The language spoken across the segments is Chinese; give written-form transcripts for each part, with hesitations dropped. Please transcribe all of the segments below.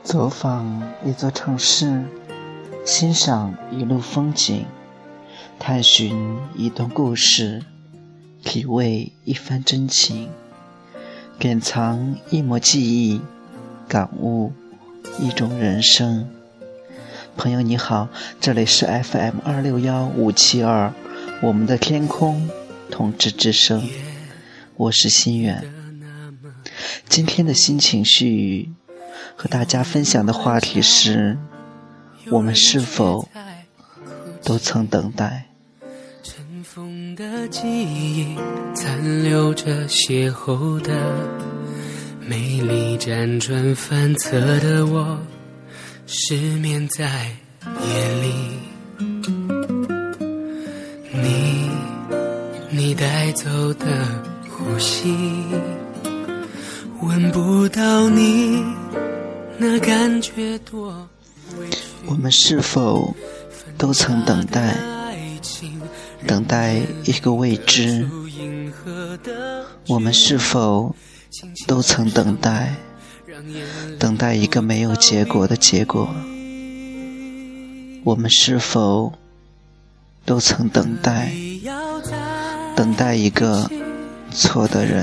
走访一座城市，欣赏一路风景，探寻一段故事，体味一番真情，典藏一抹记忆，感悟一种人生。朋友你好，这里是 FM261572，我们的天空同志之声，我是心远。今天的心情絮语和大家分享的话题是：我们是否都曾等待？ 尘封的记忆，残留着邂逅的美丽，辗转反侧的我，失眠在夜里。你带走的呼吸，闻不到你那感觉多委屈。 我们是否都曾等待？等待一个未知。我们是否都曾等待？等待一个没有结果的结果。我们是否都曾等待？等待一个错的人。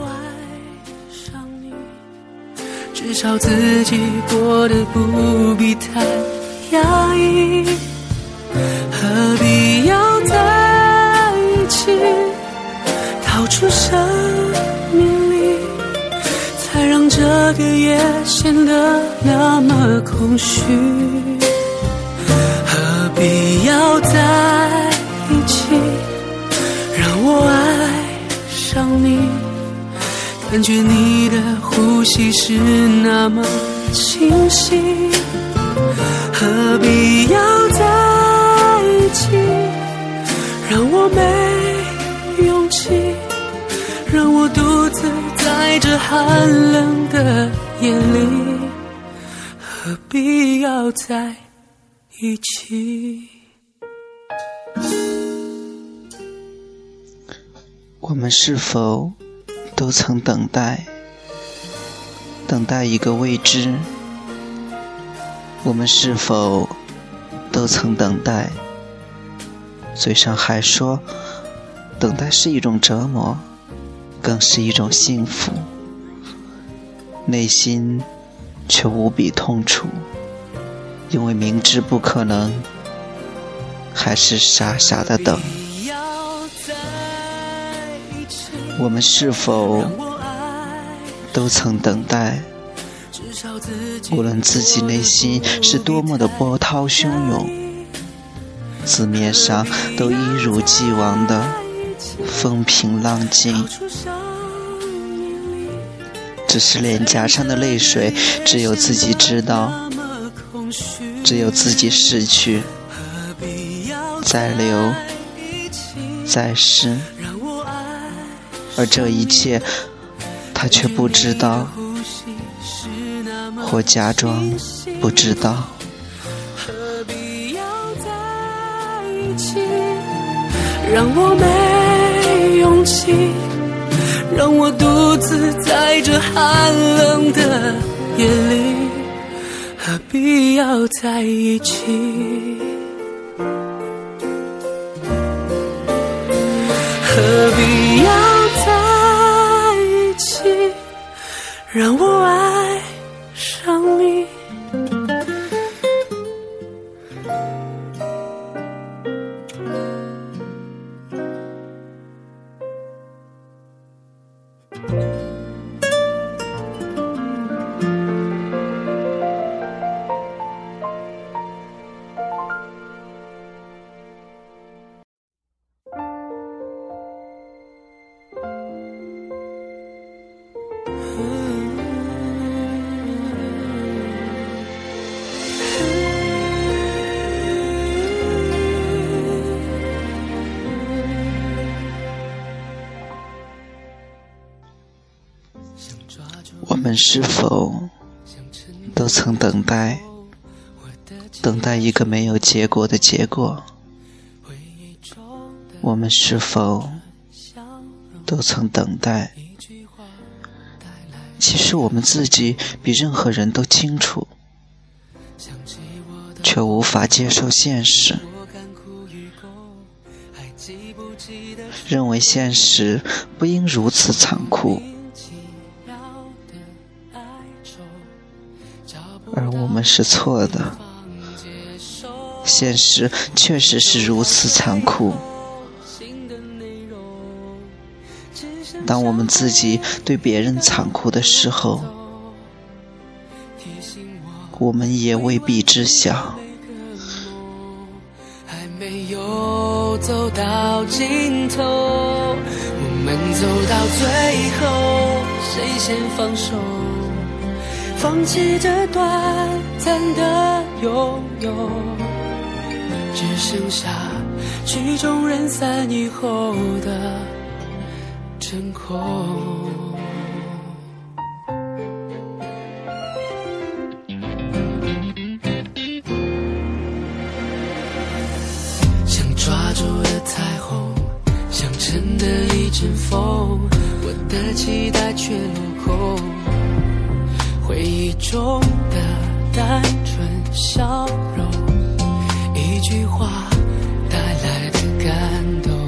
至少自己过得不必太压抑，何必要在一起，逃出生命里，才让这个夜显得那么空虚。何必要在一起，让我爱上你，感觉你的呼吸是那么清晰。何必要在一起，让我没勇气，让我独自在这寒冷的夜里。何必要在一起？ 我们是否都曾等待？等待一个未知。我们是否都曾等待？嘴上还说等待是一种折磨，更是一种幸福，内心却无比痛楚，因为明知不可能，还是傻傻的等。我们是否都曾等待？无论自己内心是多么的波涛汹涌，字面上都一如既往的风平浪静，只是脸颊上的泪水只有自己知道，只有自己逝去，再流再逝，而这一切他却不知道，或假装不知道。 何必要在一起，让我没勇气，让我独自在这寒冷的夜里。何必要在一起？何必要在一起，让我爱上你。 我们是否都曾等待？等待一个没有结果的结果。我们是否都曾等待？其实我们自己比任何人都清楚， 却无法接受现实，认为现实不应如此残酷，而我们是错的。现实确实是如此残酷，当我们自己对别人残酷的时候，我们也未必知晓。 还没有走到尽头，我们走到最后，谁先放手？放弃这短暂的拥有，只剩下曲终人散以后的真空。抓住的彩虹，像撑的一阵风，我的期待却落空。回忆中的单纯笑容，一句话带来的感动。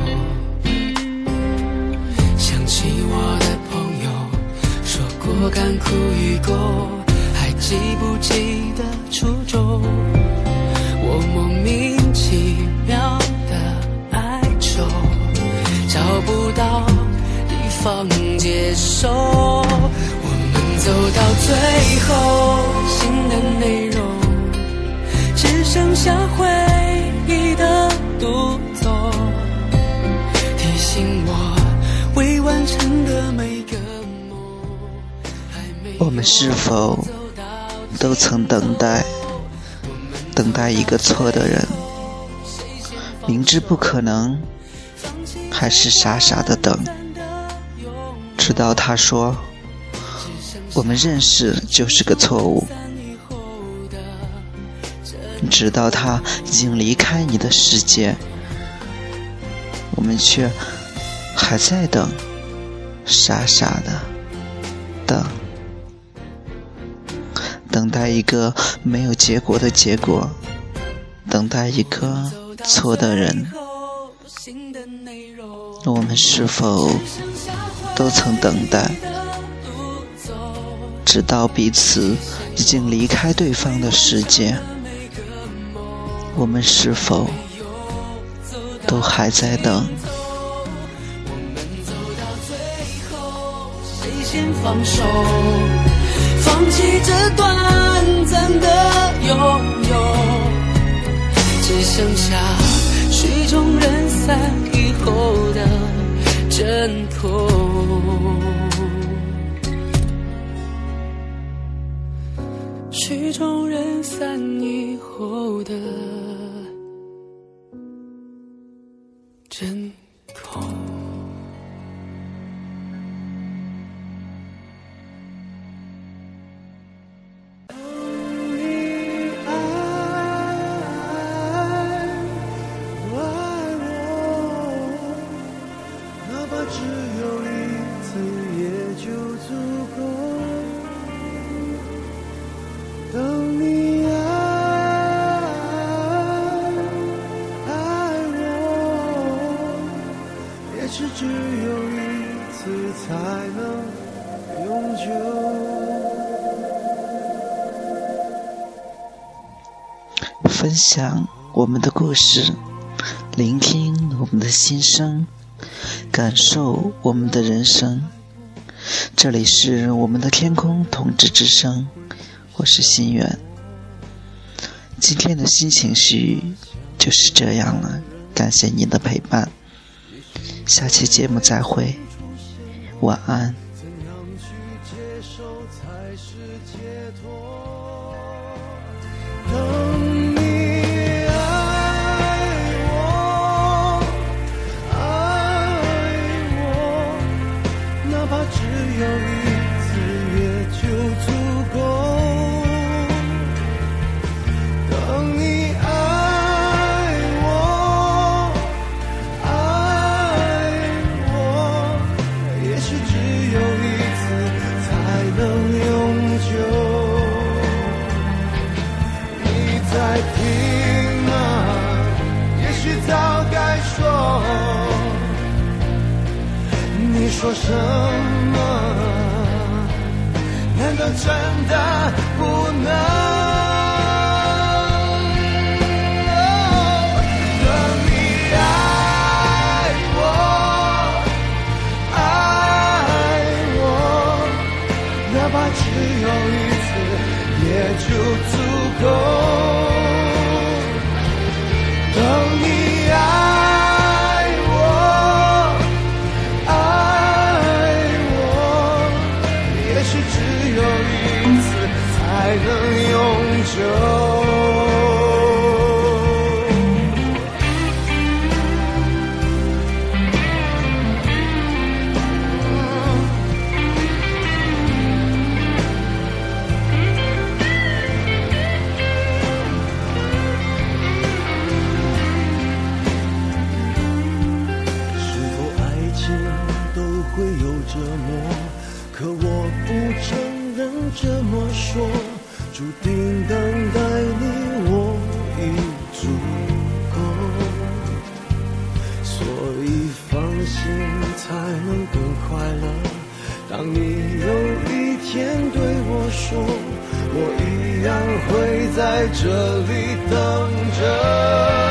想起我的朋友说过甘苦与共，还记不记得初衷？我莫名其妙的哀愁，找不到地方接受。我们走到最后，新的内容只剩下回忆的独奏，提醒我未完成的每个梦。 我们是否都曾等待一个错的人，明知不可能，还是傻傻的等，直到他说我们认识就是个错误，直到他已经离开你的世界，我们却还在等，傻傻的等待一个没有结果的结果，等待一个错的人。我们是否都曾等待，直到彼此已经离开对方的世界？我们是否都还在等？ 谁先放手？放弃这短暂的拥有，只剩下曲终人散以后的真空。曲终人散以后的真空。 只有一次才能永久。 分享我们的故事，聆听我们的心声，感受我们的人生。这里是我们的天空同志之声，我是心远。今天的新情绪就是这样了，感谢您的陪伴，下期节目再会，晚安。 怎样去接受才是解脱？等你爱我，哪怕只有一次也就足够。等你爱我，也许只有说什么？难道真的不能？就足够。等你爱我，爱我，也许只有一次才能永久。会有折磨，可我不承认这么说，注定等待你我已足够，所以放心才能更快乐。当你有一天对我说，我一样会在这里等着。